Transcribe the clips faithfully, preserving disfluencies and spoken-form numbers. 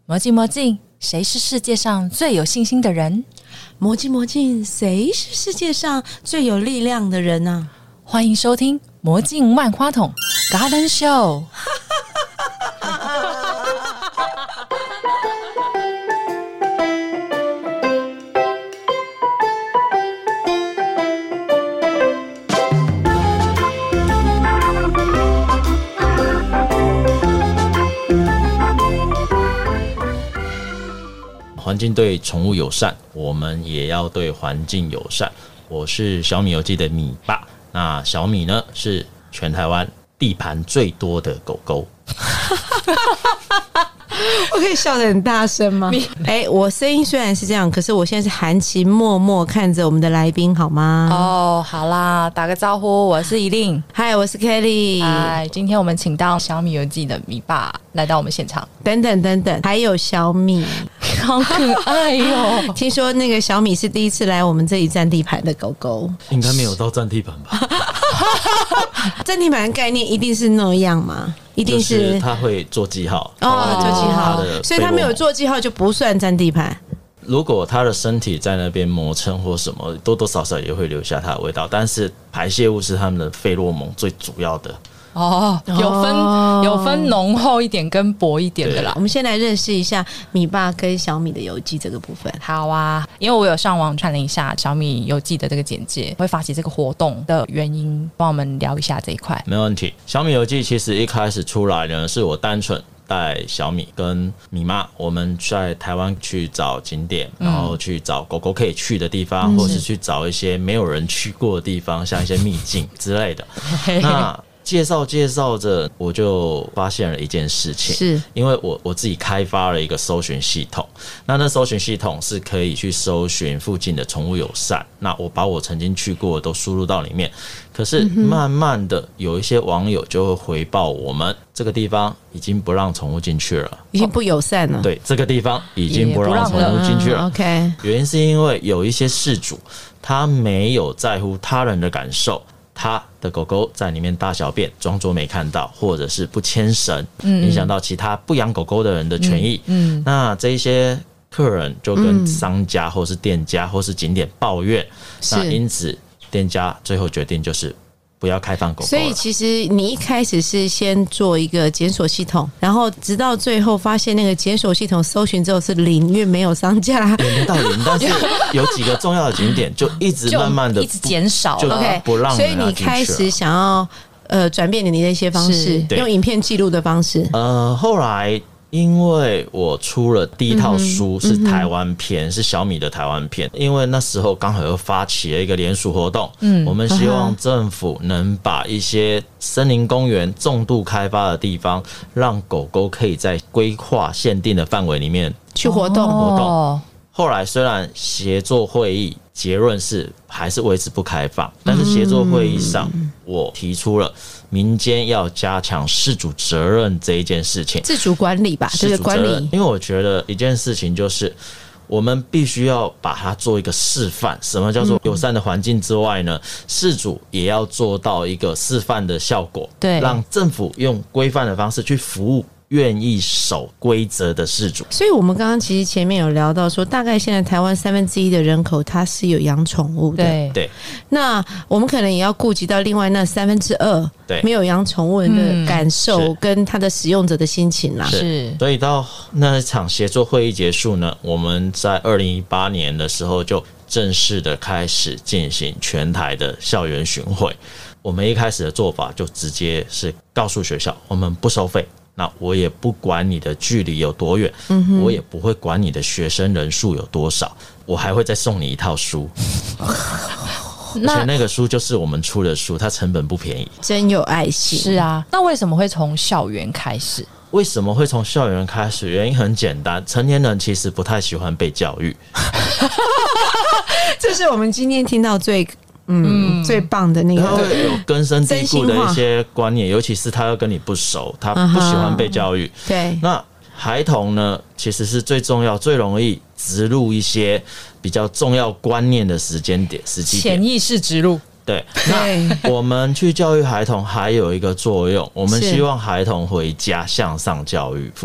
魔镜魔镜，谁是世界上最有信心的人？ 魔镜魔镜，谁是世界上最有力量的人呢、啊？ 欢迎收听魔镜万花筒 Garden Show。 环境对宠物友善，我们也要对环境友善。我是小米游记的米爸，那小米呢是全台湾地盘最多的狗狗。 我可以笑得很大声吗？哎、欸，我声音虽然是这样，可是我现在是含情脉脉看着我们的来宾，好吗？ 哦，好啦，打个招呼，我是依琳， 嗨，我是 Kelly， 嗨，今天我们请到小米游记的米爸来到我们现场， 等等等等，还有小米， 好可爱哟、哦！ 听说那个小米是第一次来我们这里占地盘的狗狗， 应该没有到占地盘吧？ 占地盘的概念一定是那样吗？一定 是,、 就是他会做记号哦，做记号，所以他没有做记号就不算占地盘。 如果他的身体在那边磨蹭或什么，多多少少也会留下他的味道。但是排泄物是他们的费洛蒙最主要的。 哦，有分、哦、有分浓厚一点跟薄一点的啦。 我们先来认识一下米爸跟小米的游记这个部分。 好啊，因为我有上网看了一下小米游记的这个简介，会发起这个活动的原因，帮我们聊一下这一块。 没问题。小米游记其实一开始出来呢，是我单纯带小米跟米妈，我们在台湾去找景点，然后去找狗狗可以去的地方，嗯、或是去找一些没有人去过的地方，像一些秘境之类的。那介绍介绍着，我就发现了一件事情，是因为我我自己开发了一个搜寻系统，那那搜寻系统是可以去搜寻附近的宠物友善，那我把我曾经去过的都输入到里面，可是慢慢的有一些网友就会回报我们，这个地方已经不让宠物进去了， 已经不友善了。 对，这个地方已经不让宠物进去了。 嗯、OK， 原因是因为有一些事主他没有在乎他人的感受。他的狗狗在里面大小便，装作没看到，或者是不牵绳，嗯、影响到其他不养狗狗的人的权益。嗯嗯、那这一些客人就跟商家或是店家或是景点抱怨，嗯、那因此店家最后决定就是不要开放狗狗了。 所以其实你一开始是先做一个检索系统，然后直到最后发现那个检索系统搜寻之后是零，因为没有商家， 也没到零，但是有几个重要的景点就一直慢慢的一直减少， 就不让人拿进去了。 所以你开始想要呃转变你的一些方式，用影片记录的方式。 呃，后来。因为我出了第一套书是台湾篇，嗯、是小米的台湾篇。因为那时候刚好又发起了一个联署活动，嗯，我们希望政府能把一些森林公园重度开发的地方，让狗狗可以在规划限定的范围里面去活动。 活动。后来虽然协作会议结论是还是维持不开放，但是协作会议上我提出了民间要加强饲主责任这一件事情， 自主管理吧，这个管理。 因为我觉得一件事情就是我们必须要把它做一个示范，什么叫做友善的环境之外呢？饲主也要做到一个示范的效果，对，让政府用规范的方式去服务愿意守规则的饲主。 所以我们刚刚其实前面有聊到说，大概现在台湾三分之一的人口它是有养宠物的， 对对。 那我们可能也要顾及到另外那三分之二没有养宠物人的感受跟他的使用者的心情啦。 是，所以到那场协作会议结束呢，我们在二零一八年的时候就正式的开始进行全台的校园巡回。我们一开始的做法就直接是告诉学校，我们不收费。那我也不管你的距离有多远，嗯、我也不会管你的学生人数有多少，我还会再送你一套书。而且那个书就是我们出的书，它成本不便宜， 真有爱心。 是啊，那为什么会从校园开始？ 为什么会从校园开始？原因很简单，成年人其实不太喜欢被教育。 这是我们今天听到最嗯，最棒的那个， 对，有根深蒂固的一些观念，尤其是他要跟你不熟，他不喜欢被教育。 Uh-huh, 对， 那孩童呢，其实是最重要、最容易植入一些比较重要观念的时间点、时机点， 潜意识植入。 对，那我们去教育孩童还有一个作用，我们希望孩童回家向上教育父母。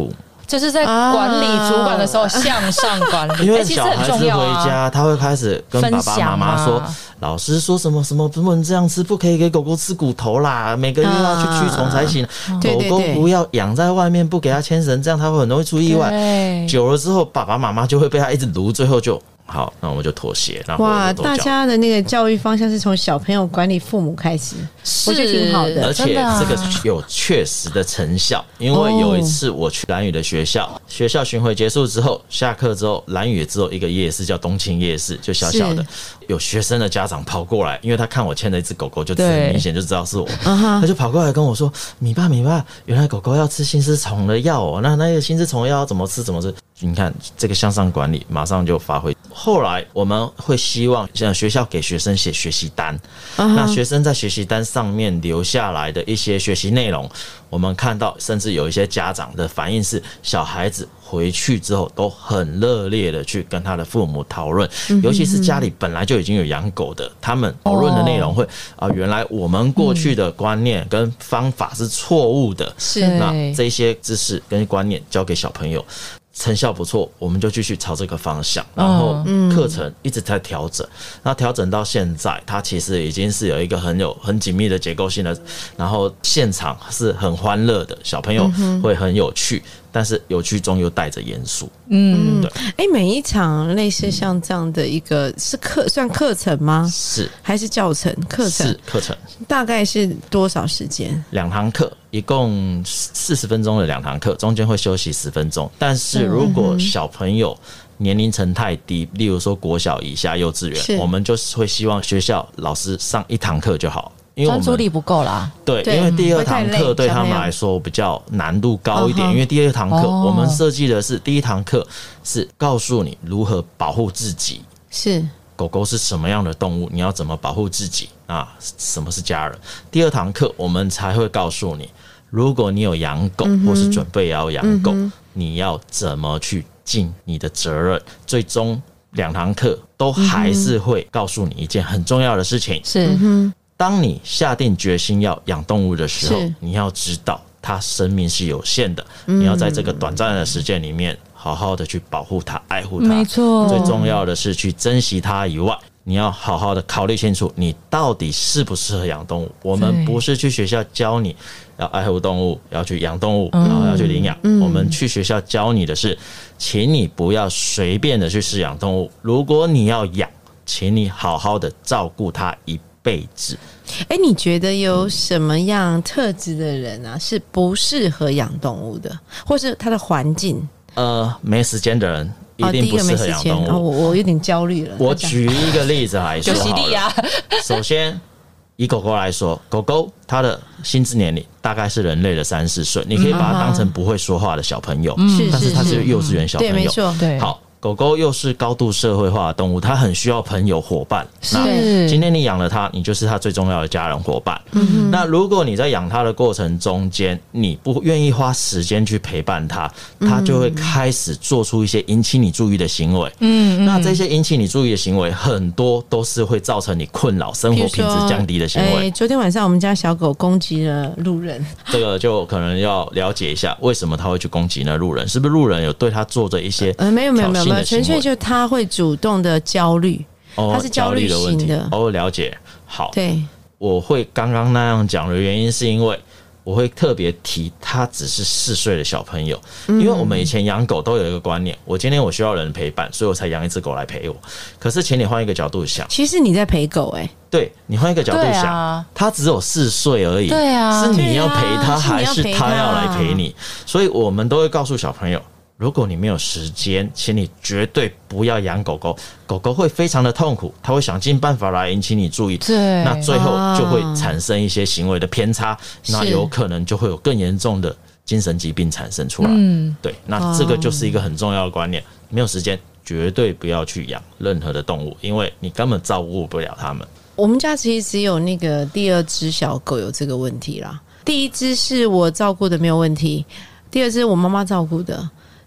就是在管理主管的时候向上管理， 因为其实小孩子回很重要啊。 家，他会开始跟爸爸妈妈说，老师说什么什么不能这样吃，不可以给狗狗吃骨头啦，每个月要去驱虫才行。狗狗不要养在外面，不给它牵绳，这样它会很容易出意外。久了之后，爸爸妈妈就会被他一直撸，最后就。好，那我们就妥协。然后哇，大家的那个教育方向是从小朋友管理父母开始，我觉得挺好的。 而且这个有确实的成效，因为有一次我去兰屿的学校，哦、学校巡回结束之后，下课之后，兰屿也只有一个夜市叫东清夜市，就小小的。有学生的家长跑过来，因为他看我牵了一只狗狗，就很明显就知道是我，他就跑过来跟我说：“米爸，米爸，原来狗狗要吃心丝虫的药哦，那那个心丝虫的药要怎么吃？怎么吃？”你看这个向上管理马上就发挥。后来我们会希望像学校给学生写学习单， uh-huh. 那学生在学习单上面留下来的一些学习内容，我们看到甚至有一些家长的反应是，小孩子回去之后都很热烈的去跟他的父母讨论，尤其是家里本来就已经有养狗的，他们讨论的内容会啊、原来我们过去的观念跟方法是错误的， 是那这些知识跟观念交给小朋友。成效不错，我们就继续朝这个方向，然后课程一直在调整，那调整到现在，它其实已经是有一个很有很紧密的结构性的，然后现场是很欢乐的，小朋友会很有趣。但是有趣中又带着严肃， 嗯，对。哎，每一场类似像这样的一个是课算课程吗？ 是， 还是教程？课程是课程， 大概是多少时间？ 两堂课，一共四十分钟的两堂课，中间会休息十分钟。但是如果小朋友年龄层太低，例如说国小以下、幼稚园，我们就是会希望学校老师上一堂课就好。因为专注力不够啦， 对，因为第二堂课对他们来说比较难度高一点。因为第二堂课我们设计的是，第一堂课是告诉你如何保护自己， 是狗狗是什么样的动物，你要怎么保护自己啊？什么是家人？第二堂课我们才会告诉你，如果你有养狗、嗯、或是准备要养狗、嗯，你要怎么去尽你的责任。最终两堂课都还是会告诉你一件很重要的事情， 是。 嗯当你下定决心要养动物的时候，你要知道它生命是有限的、嗯、你要在这个短暂的时间里面好好的去保护它、爱护它。 没错， 最重要的是去珍惜它以外，你要好好的考虑清楚你到底适不适合养动物。我们不是去学校教你要爱护动物，要去养动物、嗯、然后要去领养、嗯、我们去学校教你的是，请你不要随便的去饲养动物，如果你要养，请你好好的照顾它一辈子。 哎，你觉得有什么样特质的人啊是不适合养动物的，或是他的环境？ 呃，没时间的人一定不适合养动物。 哦、我我有点焦虑了。 我举一个例子来说好了。 有犀利啊！ 首先，以狗狗来说，狗狗它的心智年龄大概是人类的三四岁，你可以把它当成不会说话的小朋友，嗯、但是它是幼稚园小朋友。 对，没错，对。 好。狗狗又是高度社会化的动物，它很需要朋友伙伴。那今天你养了它，你就是它最重要的家人伙伴。嗯、那如果你在养它的过程中间，你不愿意花时间去陪伴它，它就会开始做出一些引起你注意的行为。嗯，那这些引起你注意的行为，很多都是会造成你困扰、生活品质降低的行为。 欸、昨天晚上我们家小狗攻击了路人， 这个就可能要了解一下，为什么它会去攻击那路人？是不是路人有对它做着一些呃没有没有没有。纯粹就他会主动的焦虑， 哦、 他是焦虑型的。 哦，了解。好， 对， 我会刚刚那样讲的原因是因为我会特别提他只是四岁的小朋友、嗯，因为我们以前养狗都有一个观念，我今天我需要人陪伴，所以我才养一只狗来陪我。可是请你换一个角度想， 其实你在陪狗哎、欸。 对，你换一个角度想， 啊、 他只有四岁而已， 对啊， 是你要陪他、 啊、 还是他要来陪你？所以我们都会告诉小朋友，如果你没有时间，请你绝对不要养狗狗，狗狗会非常的痛苦，它会想尽办法来引起你注意， 对， 那最后就会产生一些行为的偏差，那有可能就会有更严重的精神疾病产生出来。嗯，对，那这个就是一个很重要的观念，没有时间绝对不要去养任何的动物，因为你根本照顾不了它们。 我们家其实只有那个第二只小狗有这个问题啦，第一只是我照顾的没有问题，第二只我妈妈照顾的。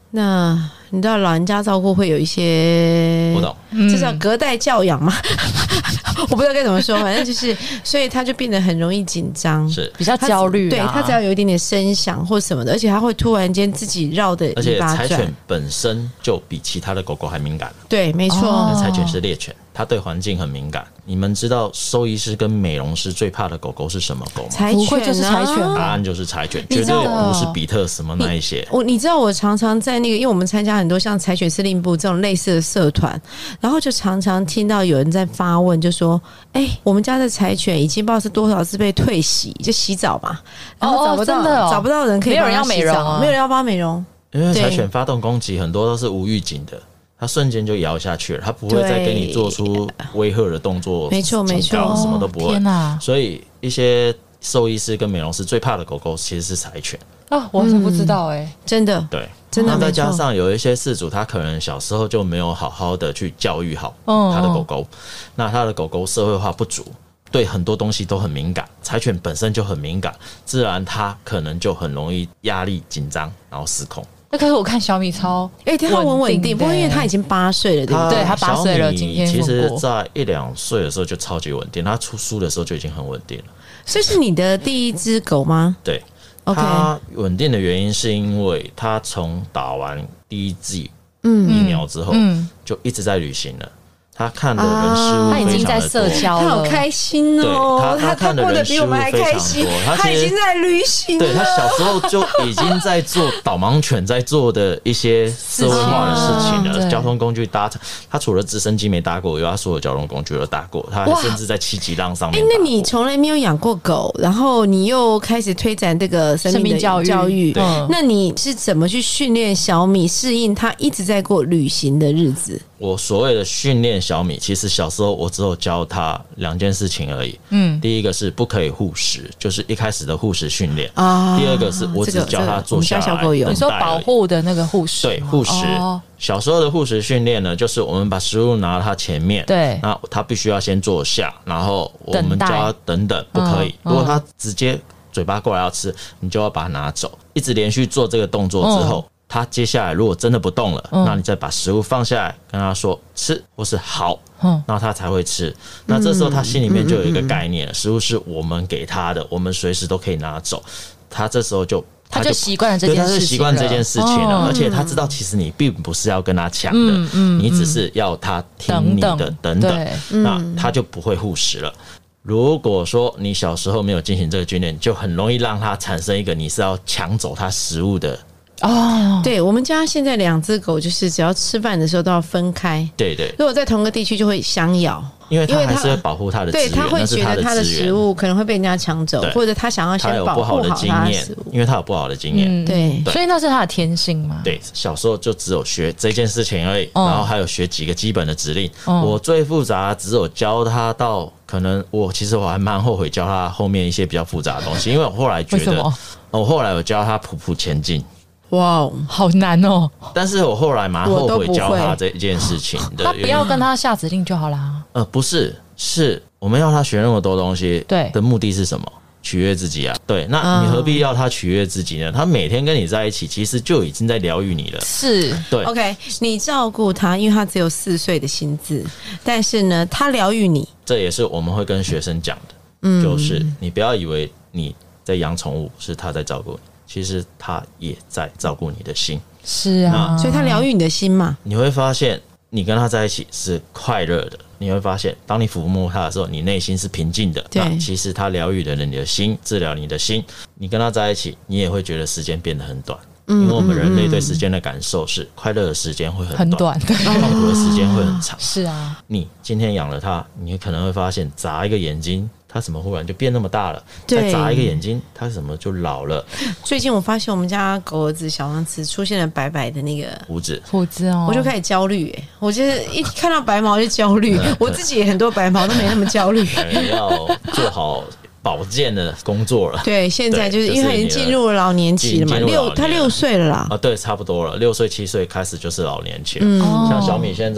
那你知道老人家照顾会有一些， 我懂， 这叫隔代教养吗？我不知道该怎么说，反正就是，所以他就变得很容易紧张， 是比较焦虑、啊。 对他只要有一点点声响或什么的，而且他会突然间自己绕的尾巴转。 而且柴犬本身就比其他的狗狗还敏感。 对，没错， 哦、 柴犬是猎犬，它对环境很敏感。你们知道兽医师跟美容师最怕的狗狗是什么狗吗？ 柴犬、啊、 就是柴犬吧， 答案就是柴犬，绝对不是比特什么那一些。 我你知道，我常常在那个，因为我们参加很多像柴犬司令部这种类似的社团，然后就常常听到有人在发问，就说：“哎、欸，我们家的柴犬已经不知道是多少次被退洗，就洗澡嘛，然后找不到， 哦哦、 找不到人可以帮他洗澡，没有人要美容、啊，没有人要帮他美容。” 因为柴犬发动攻击很多都是无预警的，它瞬间就摇下去了，它不会再跟你做出威吓的动作， 没错没错， 什么都不会。 天哪！ 所以一些兽医师跟美容师最怕的狗狗其实是柴犬啊，我是不知道哎、欸嗯， 真的对， 真的。 再加上有一些饲主，他可能小时候就没有好好的去教育好他的狗狗，哦、那他的狗狗社会化不足。对很多东西都很敏感，柴犬本身就很敏感，自然它可能就很容易压力紧张，然后失控。 那可是我看小米超， 哎、欸，它很稳定，不过因为它已经八岁了，对不对？ 他八岁了，今天其实在一两岁的时候就超级稳定，它出书的时候就已经很稳定了。 这是你的第一只狗吗？ 对， okay. 它稳定的原因是因为它从打完第一剂疫苗之后，嗯嗯、就一直在旅行了。他看的人事物非常的多， 他已经在社交了， 他好开心哦！ 对，他他看的人事物非常多， 他已经在旅行了。 对，他小时候就已经在做导盲犬在做的一些社会化的事情了，交通工具搭乘。他除了直升机没搭过，以外，他所有交通工具都搭过。他甚至在七级浪上面。哎、 欸，那你从来没有养过狗，然后你又开始推展这个生命的教育，教育那你是怎么去训练小米适应他一直在过旅行的日子？ 我所谓的训练小米，其实小时候我只有教他两件事情而已。嗯，第一个是不可以护食，就是一开始的护食训练啊。第二个是我只教他坐下来、这个这个、 你说保护的那个护食， 对护食、哦。小时候的护食训练呢，就是我们把食物拿到他前面， 对， 那他必须要先坐下，然后我们教他等等，不可以。嗯、如果他直接嘴巴过来要吃，你就要把它拿走，一直连续做这个动作之后。嗯，他接下来如果真的不动了，嗯、那你再把食物放下来，跟他说吃或是好，嗯、然后他才会吃。那这时候他心里面就有一个概念，嗯嗯嗯、食物是我们给他的，我们随时都可以拿走。他这时候就他就习惯了这件事情了， 对，他是习惯这件事情了，哦、而且他知道其实你并不是要跟他抢的，嗯嗯、你只是要他听你的，等等，等等那他就不会护食了。如果说你小时候没有进行这个训练，就很容易让他产生一个你是要抢走他食物的。 哦，对，我们家现在两只狗就是只要吃饭的时候都要分开， 对对， 如果在同个地区就会相咬， 因为它还是会保护它的资源， 对，他会觉得它的食物可能会被人家抢走，或者他想要先保护好它的食物， 因为他有不好的经验， 嗯、对, 对，所以那是他的天性嘛。 对，小时候就只有学这件事情而已，哦、然后还有学几个基本的指令。哦、我最复杂只有教他到，可能我其实我还蛮后悔教他后面一些比较复杂的东西，因为我后来觉得，我后来有教他匍匐前进。 哇、wow, 好难哦！ 但是我后来蛮后悔教他这件事情的。 他不要跟他下指令就好啦。 呃，不是，是我们要他学那么多东西，对的目的是什么？取悦自己啊。对，那你何必要他取悦自己呢？他每天跟你在一起，其实就已经在疗愈你了。 是， 对。 OK， 你照顾他，因为他只有四岁的心智，但是呢，他疗愈你。 这也是我们会跟学生讲的，嗯，就是你不要以为你在养宠物是他在照顾你。其实他也在照顾你的心， 是啊， 所以他疗愈你的心嘛。 你会发现，你跟他在一起是快乐的。你会发现，当你抚摸他的时候，你内心是平静的。那其实他疗愈了你的心，治疗你的心。你跟他在一起，你也会觉得时间变得很短。嗯，因为我们人类对时间的感受是，快乐的时间会很短，痛苦的时间会很长。 是啊， 你今天养了它，你可能会发现，眨一个眼睛。它怎么忽然就变那么大了？再眨一个眼睛，它怎么就老了？ 最近我发现我们家狗儿子小王子出现了白白的那个胡子， 胡子哦， 我就开始焦虑、欸。我觉得一看到白毛就焦虑，我自己也很多白毛都没那么焦虑。 要做好保健的工作了。 对，现在就是因为他已经进入了老年期了嘛，六他六岁了啦。 啊，对，差不多了，六岁七岁开始就是老年期了。嗯，像小米现在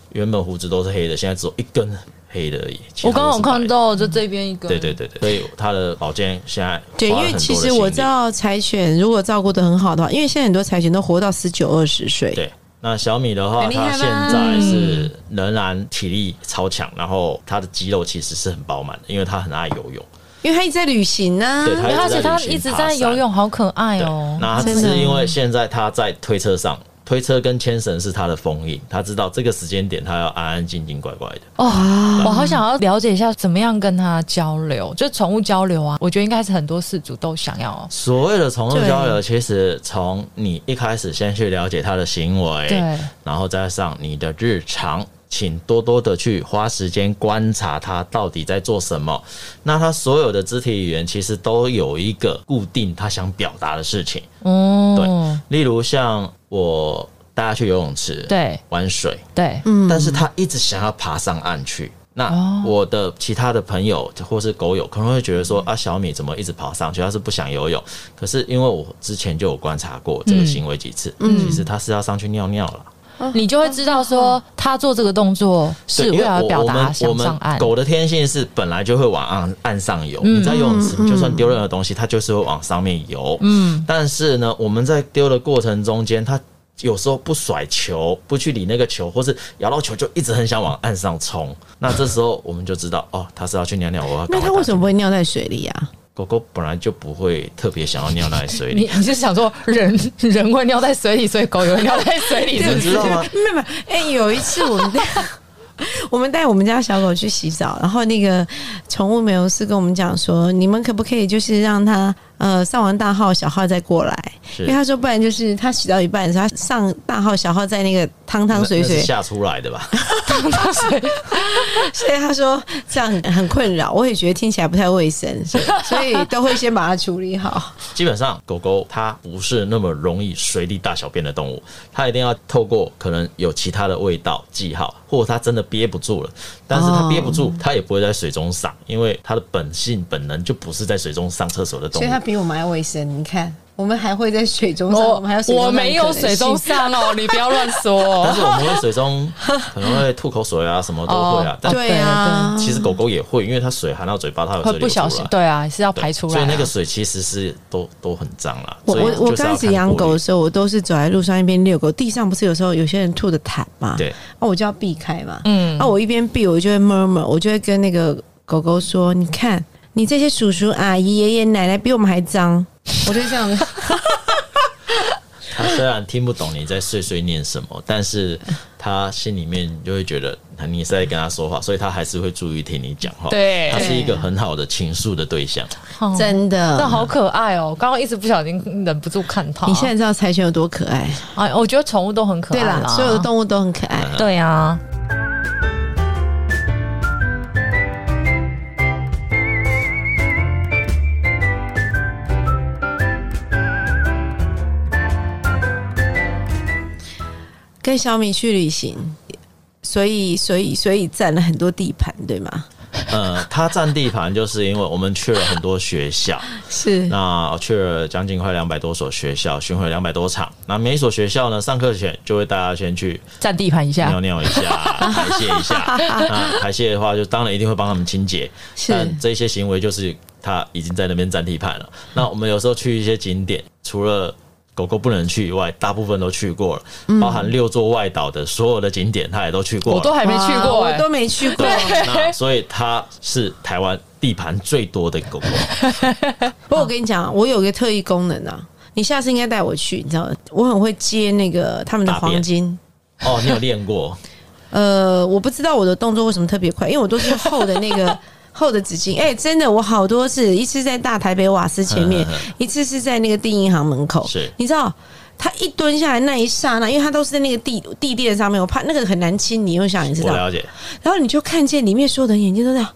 原本胡子都是黑的，现在只有一根黑的而已。 我刚好看到就这边一根。 对对对对，所以它的保健现在对，因为其实我知道柴犬如果照顾得很好的话，因为现在很多柴犬都活到十九二十岁。 对。那小米的话，它现在是仍然体力超强，然后它的肌肉其实是很饱满的，因为它很爱游泳。 因为他一直在旅行啊， 对，他而且他一直在游泳，好可爱哦。 那只是因为现在他在推车上，推车跟牵绳是他的封印，他知道这个时间点他要安安静静乖乖的。 哦，我好想要了解一下怎么样跟他交流，就是宠物交流啊，我觉得应该是很多饲主都想要。 所谓的宠物交流，其实从你一开始先去了解他的行为， 对， 然后再上你的日常。请多多的去花时间观察他到底在做什么。那他所有的肢体语言其实都有一个固定他想表达的事情。哦，对，例如像我带他去游泳池， 对， 玩水， 对， 但是他一直想要爬上岸去。那我的其他的朋友或是狗友可能会觉得说啊，小米怎么一直跑上去？他是不想游泳。可是因为我之前就有观察过这个行为几次，嗯、其实他是要上去尿尿了。 你就会知道说他做这个动作是为了表达想上岸。 我们狗的天性是本来就会往岸岸上游，嗯、你在游泳池，你就算丢任何东西，它就是会往上面游。嗯，但是呢，我们在丢的过程中间，它有时候不甩球，不去理那个球，或是咬到球就一直很想往岸上冲。那这时候我们就知道，哦，它是要去尿尿，我要。 那它为什么不会尿在水里啊？ 狗狗本来就不会特别想要尿在水里。 你你是想说人人会尿在水里，所以狗也会尿在水里， 你知道吗？ 没有没有，哎、欸，有一次我们带我们带我们家小狗去洗澡，然后那个宠物美容师跟我们讲说，你们可不可以就是让它呃上完大号小号再过来？因为他说不然就是他洗到一半的时候，他上大号小号在那个汤汤水水下出来的吧？ 汤汤水， 所以他说这样很困扰，我也觉得听起来不太卫生，所以都会先把它处理好。 基本上狗狗它不是那么容易随地大小便的动物，它一定要透过可能有其他的味道记号，或者它真的憋不住了，但是它憋不住，它也不会在水中上，因为它的本性本能就不是在水中上厕所的动物， 所以它比我们还卫生。你看。我们还会在水中上，我们还有水中上， 我没有水中上哦，你不要乱说。 但是我们会水中可能会吐口水啊，什么都会啊。 哦、对啊， 其实狗狗也会，因为它水含到嘴巴，它有时候会不小心，对啊，是要排出来、啊。 所以那个水其实是都都很脏啦。 我我我刚开始养狗的时候，我都是走在路上一边遛狗，地上不是有时候有些人吐的痰嘛， 对， 啊我就要避开嘛，嗯，啊我一边避我就会 murmur， 我就会跟那个狗狗说，你看你这些叔叔阿姨爷爷奶奶比我们还脏，我就这样子。 他虽然听不懂你在碎碎念什么，但是他心里面就会觉得你是在跟他说话，所以他还是会注意听你讲话。 对， 他是一个很好的倾诉的对象。 哦、真的， 那好可爱哦！刚刚一直不小心忍不住看他。 你现在知道柴犬有多可爱？ 哎，我觉得宠物都很可爱啦， 对啦，所有的动物都很可爱。 对啊。 跟小米去旅行，所以所以所以占了很多地盘，对吗？ 呃，他占地盘，就是因为我们去了很多学校， 是那去了将近快两百多所学校，巡回两百多场。那每一所学校呢，上课前就会带大家先去占地盘一下， 尿尿一下，排泄一下。那排泄的话，就当然一定会帮他们清洁。但这些行为就是他已经在那边占地盘了。那我们有时候去一些景点，除了狗狗不能去以外，大部分都去过了，嗯、包含六座外岛的所有的景点，他也都去过了。 我都还没去过、欸， 我都没去过。 那所以它是台湾地盘最多的狗狗。 不过我跟你讲，我有个特异功能啊，你下次应该带我去，你知道，我很会接那个他们的黄金。 哦，你有练过？ 呃，我不知道我的动作为什么特别快，因为我都是厚的那个。厚的纸巾，哎、欸，真的，我好多次，一次在大台北瓦斯前面，一次是在那个地银行门口。 是， 你知道，他一蹲下来那一刹那，因为他都是在那个地地垫上面，我怕那个很难清理，用想你知道。 我了解。 然后你就看见里面所有的眼睛都这样，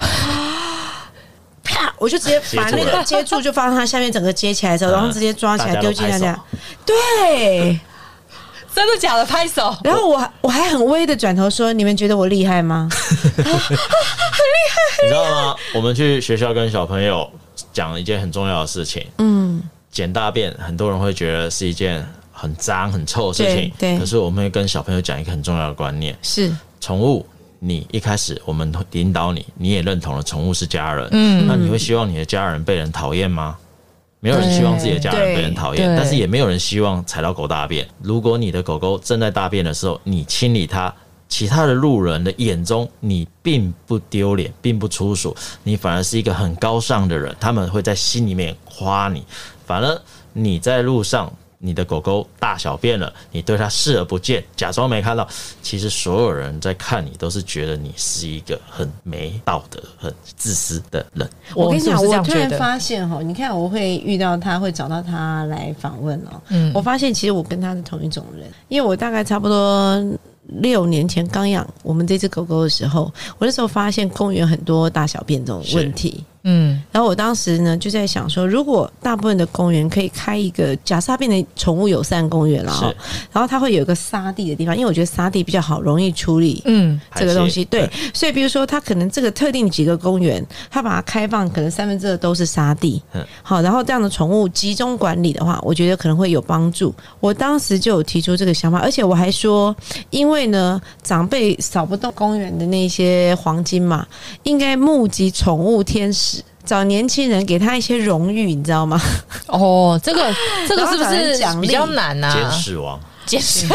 啪，我就直接把那个接住，就放在他下面，整个接起来之后，然后直接抓起来丢进大家。对。 真的假的？拍手。 然后我我还很微的转头说：“你们觉得我厉害吗？”很厉害， 你知道吗？我们去学校跟小朋友讲一件很重要的事情。嗯，捡大便，很多人会觉得是一件很脏、很臭的事情。 对。对， 可是我们会跟小朋友讲一个很重要的观念： 是宠物，你一开始我们引导你，你也认同了宠物是家人，嗯，那你会希望你的家人被人讨厌吗？没有人希望自己的家人被人讨厌，但是也没有人希望踩到狗大便。如果你的狗狗正在大便的时候，你清理它，其他的路人的眼中你并不丢脸，并不粗俗，你反而是一个很高尚的人，他们会在心里面夸你。反而你在路上，你的狗狗大小便了，你对它视而不见，假装没看到，其实所有人在看你都是觉得你是一个很没道德、很自私的人。 我跟你讲， 是是我突然发现哈，你看我会遇到他，会找到他来访问哦。嗯，我发现其实我跟他是同一种人，因为我大概差不多六年前刚养我们这只狗狗的时候，我那时候发现公园很多大小便这种问题。嗯，然后我当时呢就在想说，如果大部分的公园可以开一个假设变成宠物友善公园啦，然后它会有一个沙地的地方，因为我觉得沙地比较好容易处理，嗯，这个东西对，所以比如说它可能这个特定几个公园，它把它开放，可能三分之二都是沙地，好，然后这样的宠物集中管理的话，我觉得可能会有帮助。我当时就有提出这个想法，而且我还说，因为呢长辈扫不动公园的那些黄金嘛，应该募集宠物天使。找年轻人给他一些荣誉，你知道吗？ 哦，这个这个是不是比较难啊？ 监视王， 监视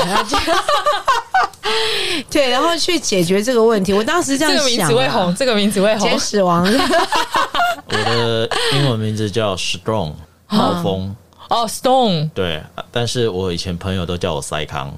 对，然后去解决这个问题。我当时这样想、啊， 这个名字会红，这个名字会红。 监视王， 我的英文名字叫 Strong 浩峰。 哦 ，Stone。 对，但是我以前朋友都叫我塞康。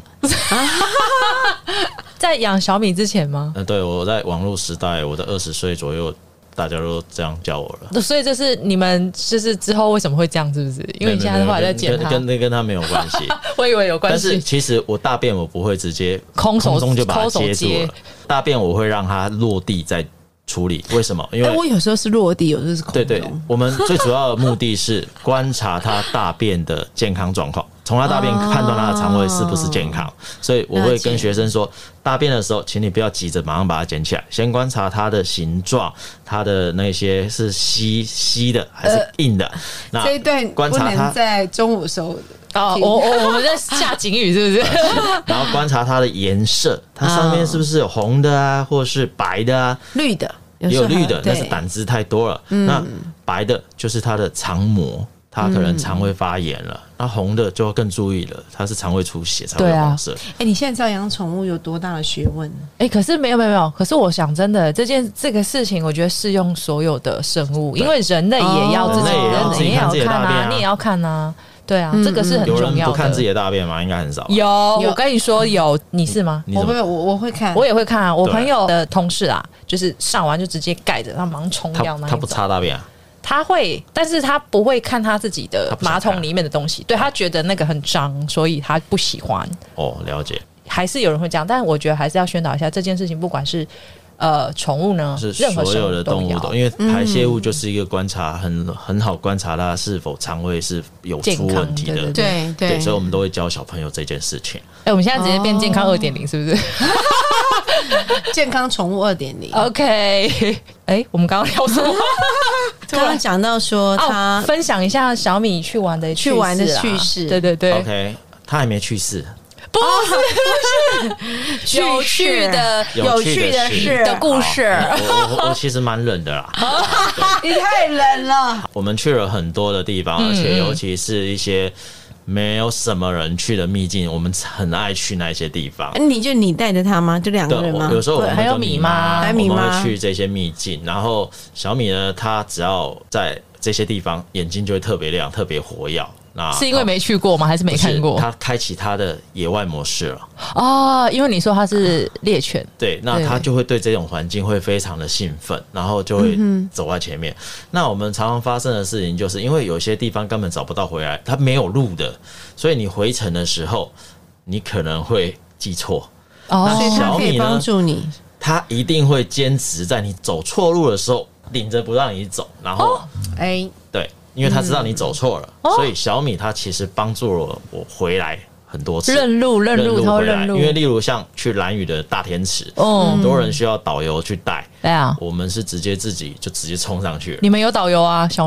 在养小米之前吗？ 呃，对，我在网络时代，我的二十岁左右。大家都这样叫我了， 所以这是你们就是之后为什么会这样，是不是？因为你现在后来在剪它， 跟跟跟他没有关系。 我以为有关系， 但是其实我大便我不会直接空手空中就把它接住了，大便我会让它落地再处理。为什么？因为、 欸、我有时候是落地，有时候是空中。 对对，我们最主要的目的是观察它大便的健康状况。从他大便判断他的肠胃是不是健康，哦、所以我会跟学生说，大便的时候，请你不要急着马上把它捡起来，先观察它的形状，它的那些是稀稀的还是硬的。呃、那这一段观察它不能在中午时候。 哦，我我我们在下警语是不是？ 然后观察它的颜色，它上面是不是有红的啊，或是白的啊， 绿的， 也有绿的，那是胆汁太多了。嗯、那白的就是它的肠膜。它可能肠胃发炎了，那、嗯、红的就要更注意了，它是肠胃出血才会黄色。 哎、啊欸，你现在知道养宠物有多大的学问？ 哎、欸，可是没有没有没有，可是我想真的这件这个事情，我觉得适用所有的生物，因为人类也要自己， 哦、 人也要看啊，你也要看啊。对啊，嗯、这个是很重要的。 有人不看自己的大便吗？应该很少。 有，我跟你说有，你是吗？ 我会，我我会看， 我也会看啊。我朋友的同事啊，就是上完就直接盖着，然后马上冲掉那一种。 他不擦大便啊？ 他会，但是他不会看他自己的马桶里面的东西，对，他觉得那个很脏，所以他不喜欢。 哦，了解。 还是有人会这样，但我觉得还是要宣导一下这件事情，不管是呃宠物呢， 是所有的动物都，因为排泄物就是一个观察，很很好观察它是否肠胃是有出问题的， 对 对, 对, 对，所以我们都会教小朋友这件事情。 哎、欸，我们现在直接变健康二点零，是不是？ 健康宠物二点零 ，OK。哎、欸，我们刚刚聊什么？ 刚刚讲到说他、 哦、分享一下小米去玩的去玩的趣事， 对对对。 OK， 他还没去世， 不是不是有趣的有趣的事的故事。 我我我其实蛮冷的啦， 你太冷了。 我们去了很多的地方，而且尤其是一些没有什么人去的秘境，我们很爱去那些地方。 你就你带着他吗？就两个人吗？ 有时候我们还有米妈， 还有米妈我们会去这些秘境。然后小米呢，他只要在这些地方，眼睛就会特别亮，特别活跃。那是因为没去过吗？还是没看过？ 他开启他的野外模式了。 哦，因为你说他是猎犬， 对，那他就会对这种环境会非常的兴奋，然后就会走在前面。嗯、那我们常常发生的事情，就是因为有些地方根本找不到回来，它没有路的，所以你回程的时候，你可能会记错。 哦，所以他可以帮助你， 他一定会坚持在你走错路的时候领着不让你走，然后，哎、哦，对。因为他知道你走错了，嗯、所以小米他其实帮助了我回来很多次。 认路，认路，他会认路。 因为例如像去兰屿的大天池，哦、很多人需要导游去带，对啊，我们是直接自己就直接冲上去了。 你们有导游啊，小米？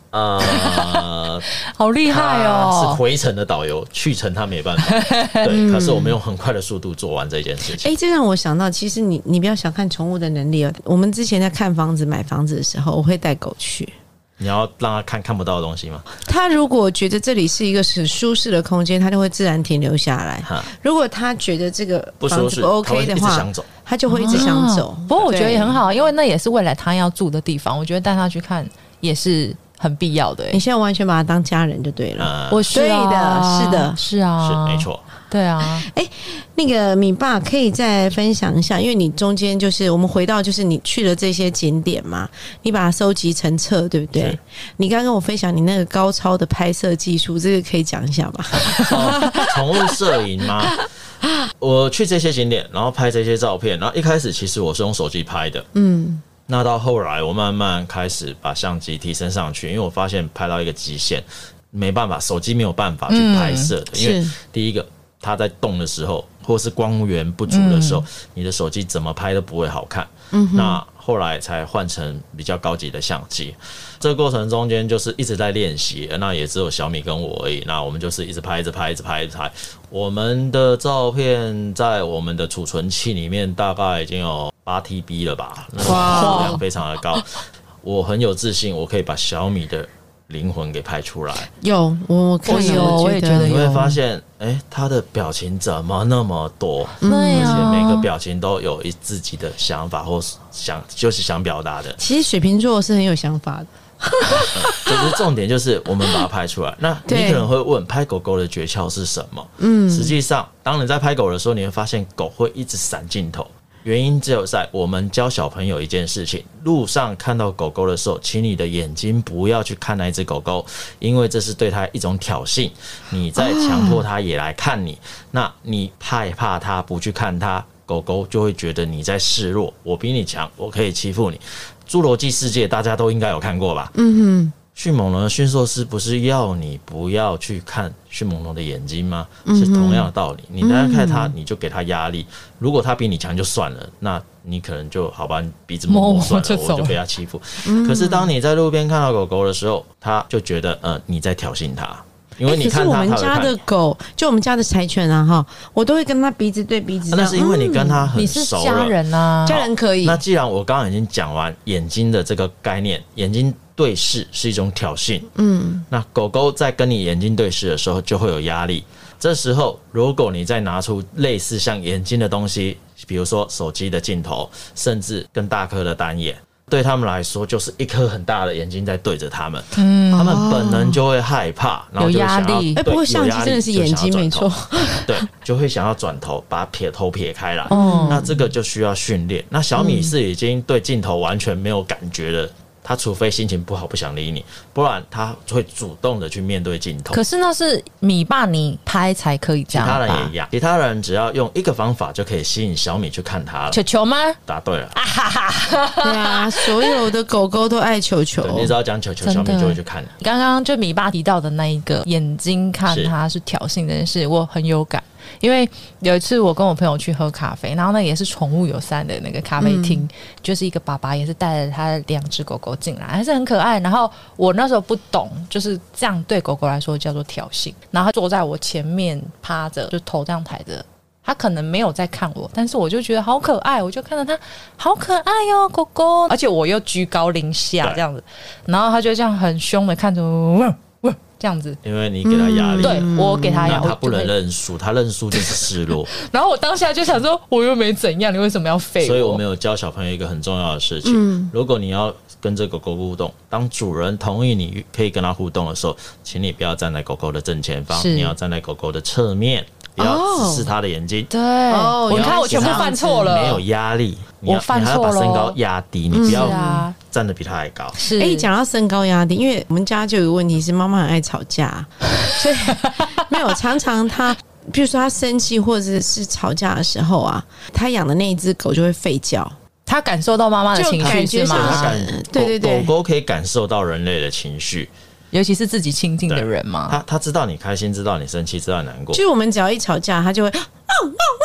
呃， 好厉害哦！ 是回程的导游，去程他没办法。对，可是我们用很快的速度做完这件事情。 哎、欸，这让我想到，其实你你不要小看宠物的能力哦。我们之前在看房子、买房子的时候，我会带狗去。 你要让他看看不到的东西吗？ 他如果觉得这里是一个很舒适的空间，他就会自然停留下来。如果他觉得这个房子不 OK 的话，他, 他就会一直想走。 啊、不过我觉得也很好，因为那也是未来他要住的地方。我觉得带他去看也是很必要的。 你现在完全把他当家人就对了。 嗯、我是、啊、 对的，是的， 是啊， 是没错。 对啊， 哎，那个米爸可以再分享一下，因为你中间就是我们回到就是你去了这些景点嘛，你把它收集成册，对不对？你刚刚跟我分享你那个高超的拍摄技术，这个可以讲一下吗？ 宠、哦、物摄影吗？我去这些景点，然后拍这些照片，然后一开始其实我是用手机拍的，嗯。那到后来，我慢慢开始把相机提升上去，因为我发现拍到一个极限，没办法，手机没有办法去拍摄的，嗯、因为第一个。它在动的时候，或是光源不足的时候，嗯、你的手机怎么拍都不会好看。嗯、那后来才换成比较高级的相机。这个过程中间就是一直在练习，那也只有小米跟我而已。那我们就是一直拍，一直拍，一直拍，一直拍。我们的照片在我们的储存器里面大概已经有八 T B 了吧，那个数量非常的高。我很有自信，我可以把小米的灵魂给拍出来。 有，我可以， 我也觉得你会发现，哎、欸，他的表情怎么那么多？ 对、嗯、 而且每个表情都有一自己的想法或想就是想表达的。 其实水瓶座是很有想法的。 就是重点就是我们把它拍出来。那你可能会问，拍狗狗的诀窍是什么？嗯，实际上，当你在拍狗的时候，你会发现狗会一直闪镜头。原因只有在我们教小朋友一件事情：路上看到狗狗的时候，请你的眼睛不要去看那只狗狗，因为这是对它一种挑衅，你在强迫它也来看你。那你害怕它不去看它，狗狗就会觉得你在示弱，我比你强，我可以欺负你。侏罗纪世界大家都应该有看过吧？嗯哼。迅猛龙的驯兽师不是要你不要去看迅猛龙的眼睛吗？是同样的道理。你单看它，你就给它压力。如果它比你强就算了，那你可能就好吧，你鼻子摸摸算了，我就被它欺负。可是当你在路边看到狗狗的时候，它就觉得呃你在挑衅它。因为你看它， 可是我们家的狗，就我们家的柴犬啊，哈，我都会跟它鼻子对鼻子。 那是因为你跟它很熟了， 你是家人啊， 家人可以。 那既然我刚刚已经讲完眼睛的这个概念，眼睛对视是一种挑衅，嗯，那狗狗在跟你眼睛对视的时候就会有压力。这时候，如果你再拿出类似像眼睛的东西，比如说手机的镜头，甚至更大颗的单眼。对他们来说，就是一颗很大的眼睛在对着他们，嗯，他们本能就会害怕，然后就想要，哎， 不过相机真的是眼睛没错， 对，就会想要转头把撇头撇开来，哦，那这个就需要训练。那小米是已经对镜头完全没有感觉了。他除非心情不好不想理你，不然他会主动的去面对镜头。 可是那是米爸你拍才可以这样吧？ 其他人也一样，其他人只要用一个方法就可以吸引小米去看他了。 球球吗？ 答对了。 啊哈哈！ 对啊，所有的狗狗都爱球球。 你只要讲球球，小米就会去看你。 刚刚就米爸提到的那一个眼睛看他是挑衅这件事，我很有感。因为有一次我跟我朋友去喝咖啡，然后那也是宠物友善的那个咖啡厅，嗯、就是一个爸爸也是带着他两只狗狗进来，还是很可爱。然后我那时候不懂，就是这样对狗狗来说叫做挑衅。然后他坐在我前面趴着，就头这样抬着，他可能没有在看我，但是我就觉得好可爱，我就看到他好可爱哟，狗狗，而且我又居高临下这样子，然后他就这样很凶的看着我。这样子， 因为你给他压力， 嗯、对我给他压力， 他不能认输，他认输就是示弱。 然后我当下就想说，我又没怎样，你为什么要废我？ 所以我们有教小朋友一个很重要的事情：嗯、如果你要跟这狗狗互动，当主人同意你可以跟它互动的时候，请你不要站在狗狗的正前方，你要站在狗狗的侧面。不要直视他的眼睛。 对，哦，你看我全部犯错了， 没有压力， 我犯错了， 你还要把身高压低，你不要站得比他还高。 是，哎，讲到身高压低，因为我们家就有个问题是，妈妈很爱吵架，所以没有常常他，比如说他生气或者是吵架的时候啊，他养的那一只狗就会吠叫。 他感受到妈妈的情绪是吗？ 对对对，狗狗可以感受到人类的情绪。 尤其是自己亲近的人嘛， 他他知道你开心，知道你生气，知道你难过。 就是我们只要一吵架，他就会啊啊啊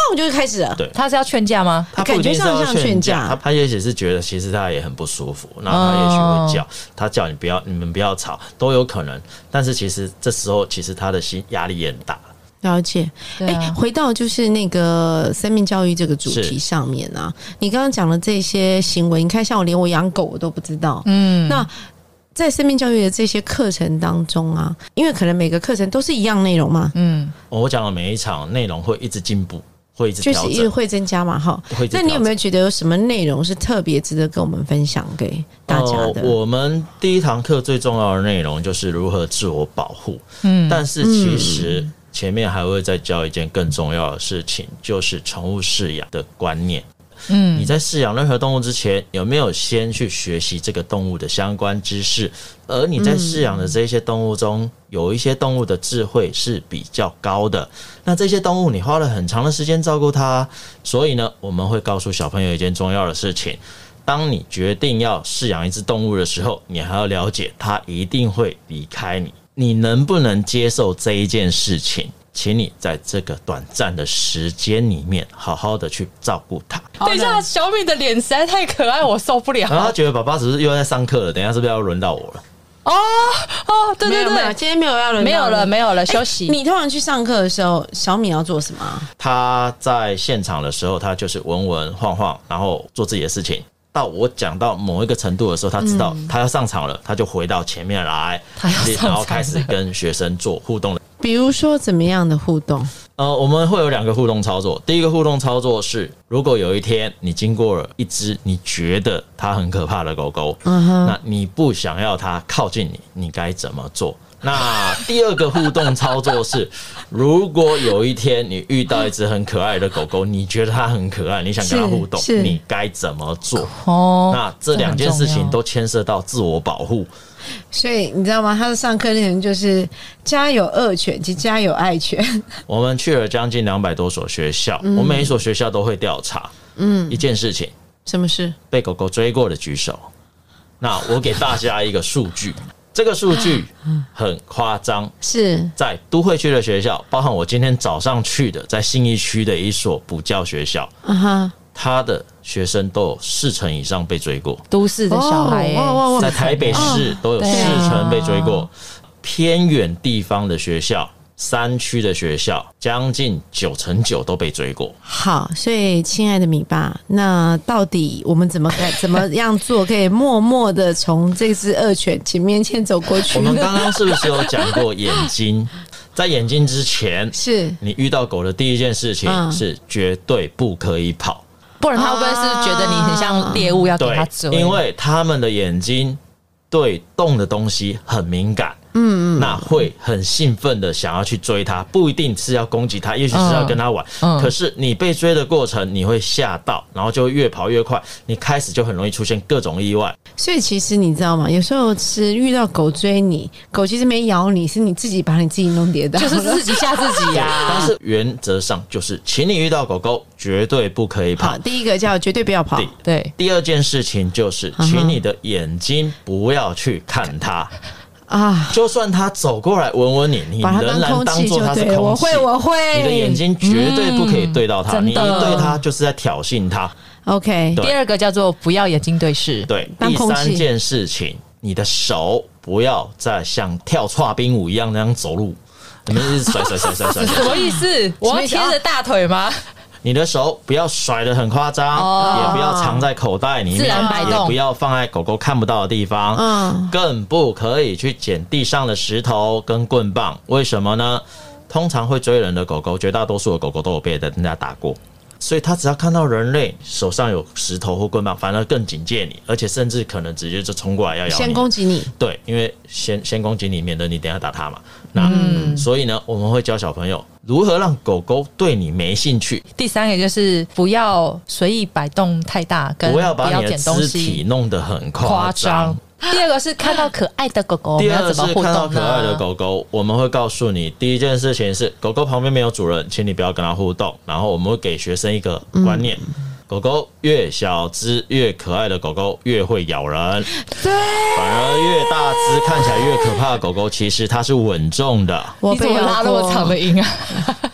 砰就开始了。 对， 他是要劝架吗？ 他不一定是要劝架，他他也许是觉得其实他也很不舒服，然后他也许会叫，他叫你不要，你们不要吵，都有可能。但是其实这时候，其实他的心压力也很大。 了解，哎、啊欸，回到就是那个生命教育这个主题上面啊，你刚刚讲的这些行为，你看像我连我养狗我都不知道，嗯，那在生命教育的这些课程当中啊，因为可能每个课程都是一样内容嘛，嗯， 我讲的每一场内容会一直进步，会一直调整， 就是一直会增加嘛，哈。那你有没有觉得有什么内容是特别值得跟我们分享给大家的？ 呃、我们第一堂课最重要的内容就是如何自我保护，嗯，但是其实、嗯。前面还会再教一件更重要的事情，就是宠物饲养的观念。嗯，你在饲养任何动物之前，有没有先去学习这个动物的相关知识？而你在饲养的这些动物中，有一些动物的智慧是比较高的。那这些动物你花了很长的时间照顾它，所以呢，我们会告诉小朋友一件重要的事情：当你决定要饲养一只动物的时候，你还要了解它一定会离开你。你能不能接受这一件事情？请你在这个短暂的时间里面，好好的去照顾它。 等一下，小米的脸实在太可爱，我受不了。 然后他觉得爸爸只是又在上课了，等一下是不是要轮到我了？ 哦哦，对对对， 今天没有要轮到， 没有了，没有了，休息。 欸、你通常去上课的时候，小米要做什么？ 他在现场的时候，他就是闻闻晃晃，然后做自己的事情。到我讲到某一个程度的时候，他知道他要上场了，他就回到前面来，然后开始跟学生做互动。 比如说怎么样的互动？ 呃，我们会有两个互动操作。第一个互动操作是，如果有一天你经过了一只你觉得它很可怕的狗狗，嗯、那你不想要它靠近你，你该怎么做？那第二个互动操作是，如果有一天你遇到一只很可爱的狗狗，你觉得它很可爱，你想跟它互动，你该怎么做？哦，那这两件事情都牵涉到自我保护。 所以你知道吗？他的上课内容就是家有恶犬及家有爱犬。 我们去了将近两百多所学校，嗯、我每一所学校都会调查，嗯，一件事情。 什么事？ 被狗狗追过的举手。那我给大家一个数据。这个数据很夸张， 是在都会区的学校，包含我今天早上去的，在信义区的一所补教学校，啊哈，他的学生都有四成以上被追过。 都市的小孩、欸哦， 在台北市都有四成被追过。哦啊、偏远地方的学校、山区的学校，将近九成九都被追过。 好，所以亲爱的米爸，那到底我们怎么该怎么样做，可以默默的从这只恶犬前面前走过去？ 我们刚刚是不是有讲过眼睛？在眼睛之前， 是你遇到狗的第一件事情、嗯、是绝对不可以跑， 不然他会不会是觉得你很像猎物要给他追？ 因为他们的眼睛对动的东西很敏感。嗯，那会很兴奋的想要去追它，不一定是要攻击它，也许是要跟它玩、嗯嗯、可是你被追的过程你会吓到，然后就越跑越快，你开始就很容易出现各种意外。 所以其实你知道吗，有时候是遇到狗追你，狗其实没咬你，是你自己把你自己弄跌倒， 就是自己吓自己呀、啊。 但是原则上就是请你遇到狗狗绝对不可以跑。 好，第一个叫绝对不要跑， 对。 第二件事情就是请你的眼睛不要去看它啊，就算他走过来闻闻你，你仍然当作他是空气。 我会，我会。 你的眼睛绝对不可以对到他，嗯、你一对他就是在挑衅他。 OK。 第二个叫做不要眼睛对视。 对。第三件事情，你的手不要再像跳跨冰舞一样那样走路，你们一直甩甩甩甩甩。 什么意思？我要贴着大腿吗？ 你的手不要甩得很夸张、哦，也不要藏在口袋里面， 自然摆动， 也不要放在狗狗看不到的地方，嗯，更不可以去捡地上的石头跟棍棒。为什么呢？通常会追人的狗狗，绝大多数的狗狗都有被人家打过，所以它只要看到人类手上有石头或棍棒，反而更警戒你，而且甚至可能直接就冲过来要咬你， 先攻击你。 对，因为先先攻击你，免得你等一下打它嘛。那、嗯、所以呢，我们会教小朋友如何让狗狗对你没兴趣。 第三个就是不要随意摆动太大，跟不要把你的肢体弄得很夸张。 第二个是看到可爱的狗狗， 第二个是看到可爱的狗狗，我们会告诉你，第一件事情是狗狗旁边没有主人，请你不要跟它互动。然后我们会给学生一个观念。嗯，狗狗越小只越可爱的狗狗越会咬人，对，反而越大只看起来越可怕的狗狗，其实它是稳重的。 你怎么拉那么长的音啊？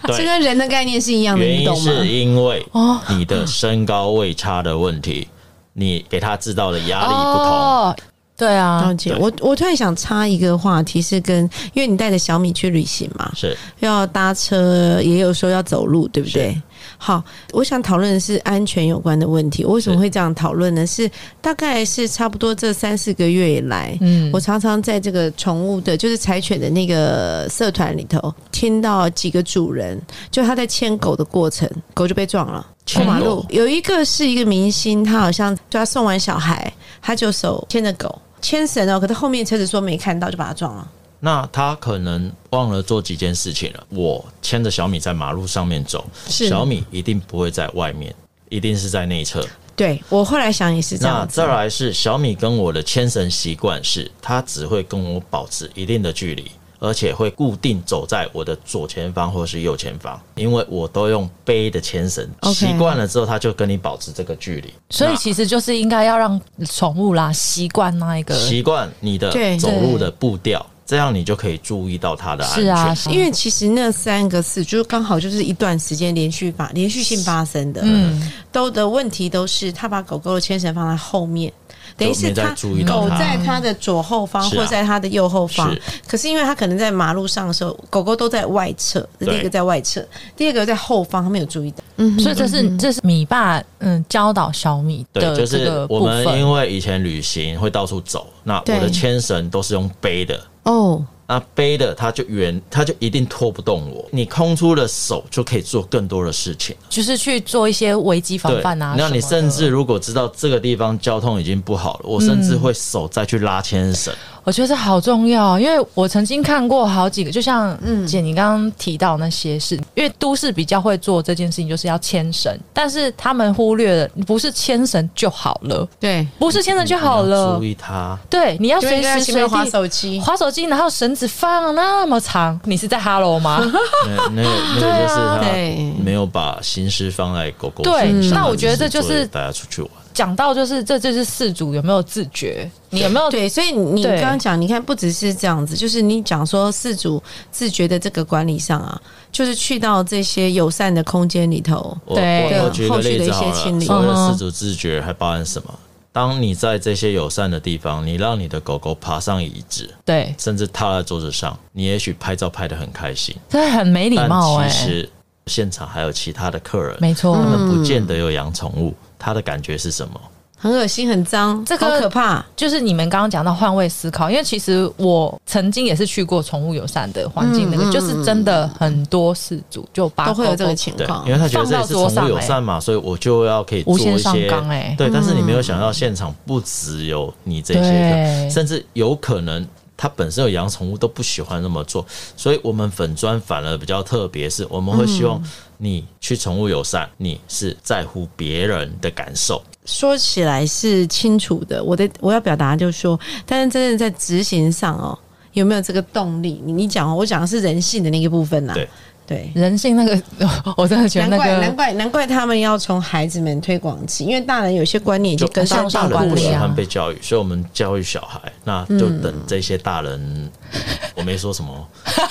这跟人的概念是一样的， 原因你懂吗？ 是因为你的身高位差的问题，你给他制造的压力不同。 哦对啊， 了解。我我突然想插一个话题，是跟因为你带着小米去旅行嘛， 是要搭车，也有时候要走路，对不对？好，我想讨论的是安全有关的问题。我为什么会这样讨论呢？是大概是差不多这三四个月以来，嗯，我常常在这个宠物的，就是柴犬的那个社团里头，听到几个主人，就他在牵狗的过程，狗就被撞了。过马路，有一个是一个明星，他好像就他送完小孩，他就手牵着狗。牵绳哦，可是后面车子说没看到，就把他撞了。 那他可能忘了做几件事情了。我牵着小米在马路上面走，小米一定不会在外面，一定是在内侧。 对，我后来想也是这样子。 那再来是小米跟我的牵绳习惯是，他只会跟我保持一定的距离，而且会固定走在我的左前方或是右前方，因为我都用背的牵绳，习惯了之后，他就跟你保持这个距离。 所以其实就是应该要让宠物啦习惯那一个习惯你的走路的步调，这样你就可以注意到它的安全。是啊， 因为其实那三个字就刚好就是一段时间连续发连续性发生的，嗯，都的问题都是他把狗狗的牵绳放在后面。等于是他狗在他的左后方、啊、或在他的右后方，可是因为他可能在马路上的时候，狗狗都在外侧，第一个在外侧，第二个在后方，他没有注意到， 嗯，所以这是这是米爸嗯教导小米的这个部分。 对，就是我们因为以前旅行会到处走，那我的牵绳都是用背的哦。那背的它就远，它就一定拖不动我。你空出了手就可以做更多的事情， 就是去做一些危机防范啊。 那你甚至如果知道这个地方交通已经不好了，我甚至会手再去拉牵绳。嗯， 我觉得这好重要，因为我曾经看过好几个，就像姐你刚刚提到那些事，因为都市比较会做这件事情，就是要牵绳，但是他们忽略了，不是牵绳就好了，对，不是牵绳就好了， 注意它， 对，你要随时随地滑手机， 滑手机，然后绳子放那么长，你是在哈喽吗？ 那那那个就是他没有把心思放在狗狗身上。 对，那我觉得这就是大家出去玩。 讲到就是这就是饲主有没有自觉，你有没有对？所以你刚刚讲，你看不只是这样子，就是你讲说饲主自觉的这个管理上啊，就是去到这些友善的空间里头， 对，我举个例子好了，所谓的饲主自觉还包含什么？当你在这些友善的地方，你让你的狗狗爬上椅子，对，甚至踏在桌子上，你也许拍照拍得很开心， 这很没礼貌哎、欸。 其实现场还有其他的客人， 没错， 他们不见得有养宠物，他的感觉是什么？ 很恶心，很脏，这个好可怕。 就是你们刚刚讲到换位思考，因为其实我曾经也是去过宠物友善的环境，那个、嗯、就是真的很多饲主就把狗狗都会有这个情况， 因为他觉得这也是宠物友善嘛，所以我就要可以做一些无限上纲哎， 对、嗯。但是你没有想到现场不只有你这些，甚至有可能他本身有养宠物都不喜欢那么做，所以我们粉专反而比较特别，是我们会希望你去宠物友善，你是在乎别人的感受。 说起来是清楚的，我的我要表达就是说，但是真的在执行上哦，有没有这个动力？你你讲，我讲的是人性的那个部分呐、啊。 对对， 人性那个，我真的觉得那个难怪难怪难怪他们要从孩子们推广起，因为大人有些观念已经跟上大人不喜欢被教育，所以我们教育小孩，那就等这些大人。嗯、我没说什么。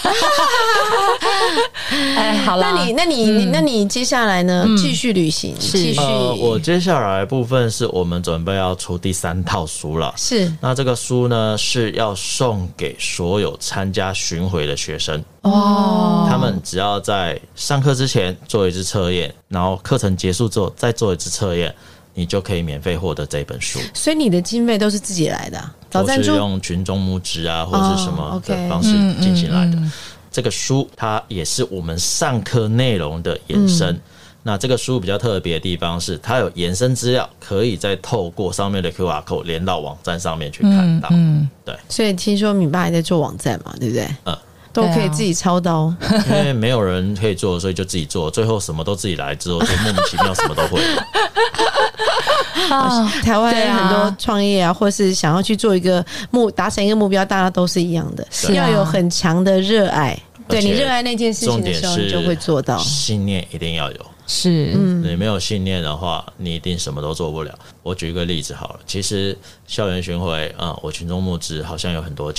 哎，好啦， 那你那你、嗯、那你接下来呢？继、嗯、续旅行，继续、 呃。我接下来的部分是我们准备要出第三套书了。 是， 那这个书呢是要送给所有参加巡回的学生。 哦， 他们只要在上课之前做一次测验，然后课程结束之后再做一次测验，你就可以免费获得这本书。 所以你的经费都是自己来的、啊，找赞助， 都是用群众募资啊，或者是什么的方式进行来的。Oh, okay. 这个书它也是我们上课内容的延伸。嗯，那这个书比较特别的地方是，它有延伸资料，可以再透过上面的 Q R code 连到网站上面去看到。嗯，嗯对。 所以听说米爸还在做网站嘛，对不对？嗯。都可以自己操刀， 因为没有人可以做，所以就自己做。最后什么都自己来之后，就莫名其妙什么都会了。 啊，台湾很多创业啊，或是想要去做一个目达成一个目标，大家都是一样的，要有很强的热爱。对，你热爱那件事情的时候，你就会做到。 信念一定要有。 是， 嗯，你没有信念的话，你一定什么都做不了。我举一个例子好了，其实校园巡回啊、嗯，我群众募资好像有很多钱。可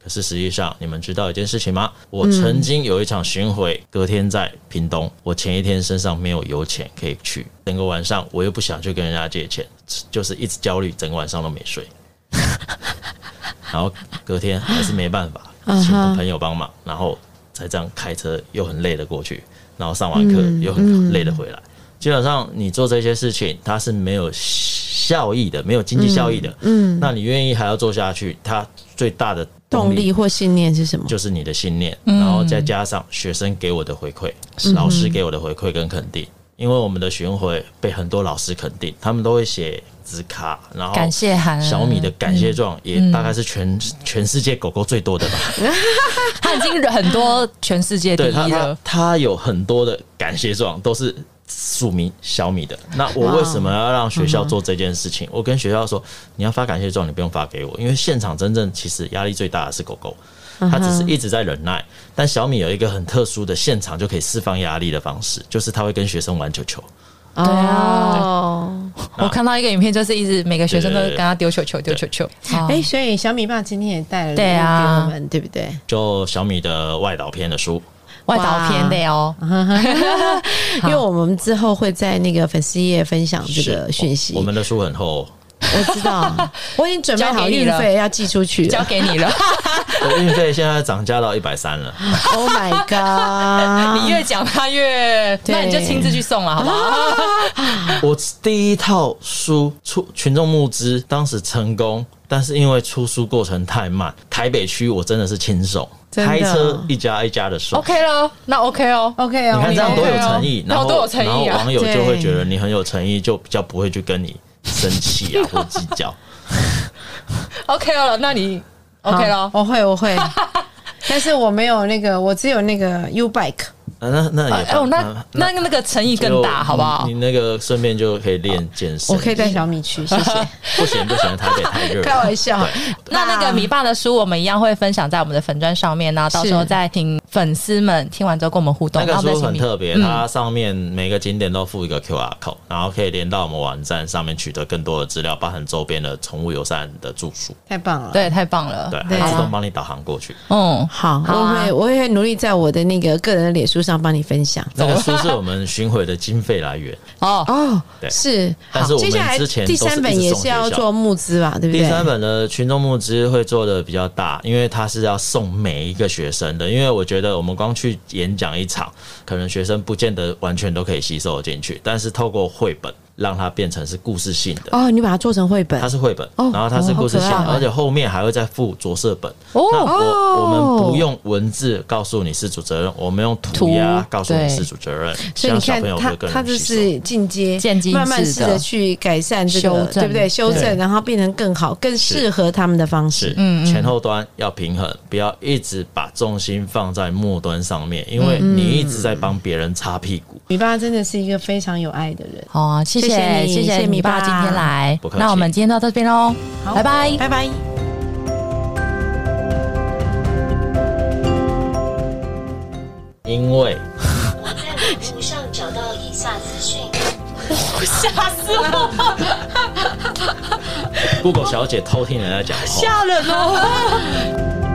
可是实际上，你们知道一件事情吗？我曾经有一场巡回，隔天在屏东，我前一天身上没有油钱可以去，整个晚上我又不想去跟人家借钱，就是一直焦虑，整个晚上都没睡。然后隔天还是没办法，请朋友帮忙，然后才这样开车又很累的过去，然后上完课又很累的回来。嗯嗯、基本上你做这些事情，它是没有效益的，没有经济效益的。嗯，嗯那你愿意还要做下去，它最大的动力或信念是什么？ 就是你的信念，然后再加上学生给我的回馈，嗯、老师给我的回馈跟肯定。因为我们的巡回被很多老师肯定，他们都会写字卡，然后感谢函， 小米的感谢状也大概是全、嗯、全世界狗狗最多的吧。 他已经很多全世界第一了。 对，他他有很多的感谢状都是署名小米的。那我为什么要让学校做这件事情？我跟学校说，你要发感谢状，你不用发给我，因为现场真正其实压力最大的是狗狗。他只是一直在忍耐，但小米有一个很特殊的现场就可以释放压力的方式，就是他会跟学生玩球球。 对啊，我看到一个影片，就是一直每个学生都跟他丢球球，丢球球。 哎，所以小米爸今天也带了礼物给我们，对不对？ 就小米的外岛篇的书。 外岛篇的哦， 因为我们之后会在那个粉丝页分享这个讯息。 我们的书很厚哦。 我知道，我已经准备好运费要寄出去了， 交给你了。 我运费现在涨价到一百三了。 Oh my god！ 你越讲他越，那你就亲自去送了，好不好？ 我第一套书出群众募资，当时成功，但是因为出书过程太慢，台北区我真的是亲手开车一家一家的送。 OK 了，那 OK 哦 ，OK 哦， 你看这样多有诚意，然后多有诚意啊， 然后网友就会觉得你很有诚意，就比较不会去跟你生气啊或计较。 OK 了，那你 OK 了， 我会我会，但是我没有那个，我只有那个 U Bike。 啊、那那也哦，那那那个诚意更大，好不好？ 你那个顺便就可以练健身。 我可以带小米去，谢谢。 不行不行，台北太热。 开玩笑。 那那个米爸的书，我们一样会分享在我们的粉专上面，然后到时候再请粉丝们听完之后跟我们互动。 那个书很特别，嗯、它上面每个景点都附一个 Q R code， 然后可以连到我们网站上面取得更多的资料，包含周边的宠物友善的住宿。 太棒了， 对，太棒了。 对，它自动帮你导航过去。 嗯， 好，好啊、我会我会努力在我的那个个人的脸书上帮你分享。 那个书是我们巡回的经费来源哦哦， 对， 是。 但是我们之前第三本也是要做募资吧，对不对？ 第三本的群众募资会做的比较大，因为它是要送每一个学生的。因为我觉得我们光去演讲一场，可能学生不见得完全都可以吸收进去，但是透过绘本。让它变成是故事性的哦，你把它做成绘本， 它是绘本，哦、然后它是故事性的，哦、而且后面还会再附着色本。哦，那我我们不用文字告诉你事主责任，我们用涂鸦告诉你事主责任， 所以你看它它这是进阶，慢慢试着去改善这个，对不对？修正，然后变成更好、更适合他们的方式。 嗯，前后端要平衡，不要一直把重心放在末端上面，因为你一直在帮别人擦屁股。 米爸真的是一个非常有爱的人。 好啊，谢谢。谢谢谢谢米爸今天来，那我们今天到这边喽，拜拜拜拜。 因为我在网络上找到以下资讯， 吓死我 ！Google 小姐偷听人家讲话， 吓人哦。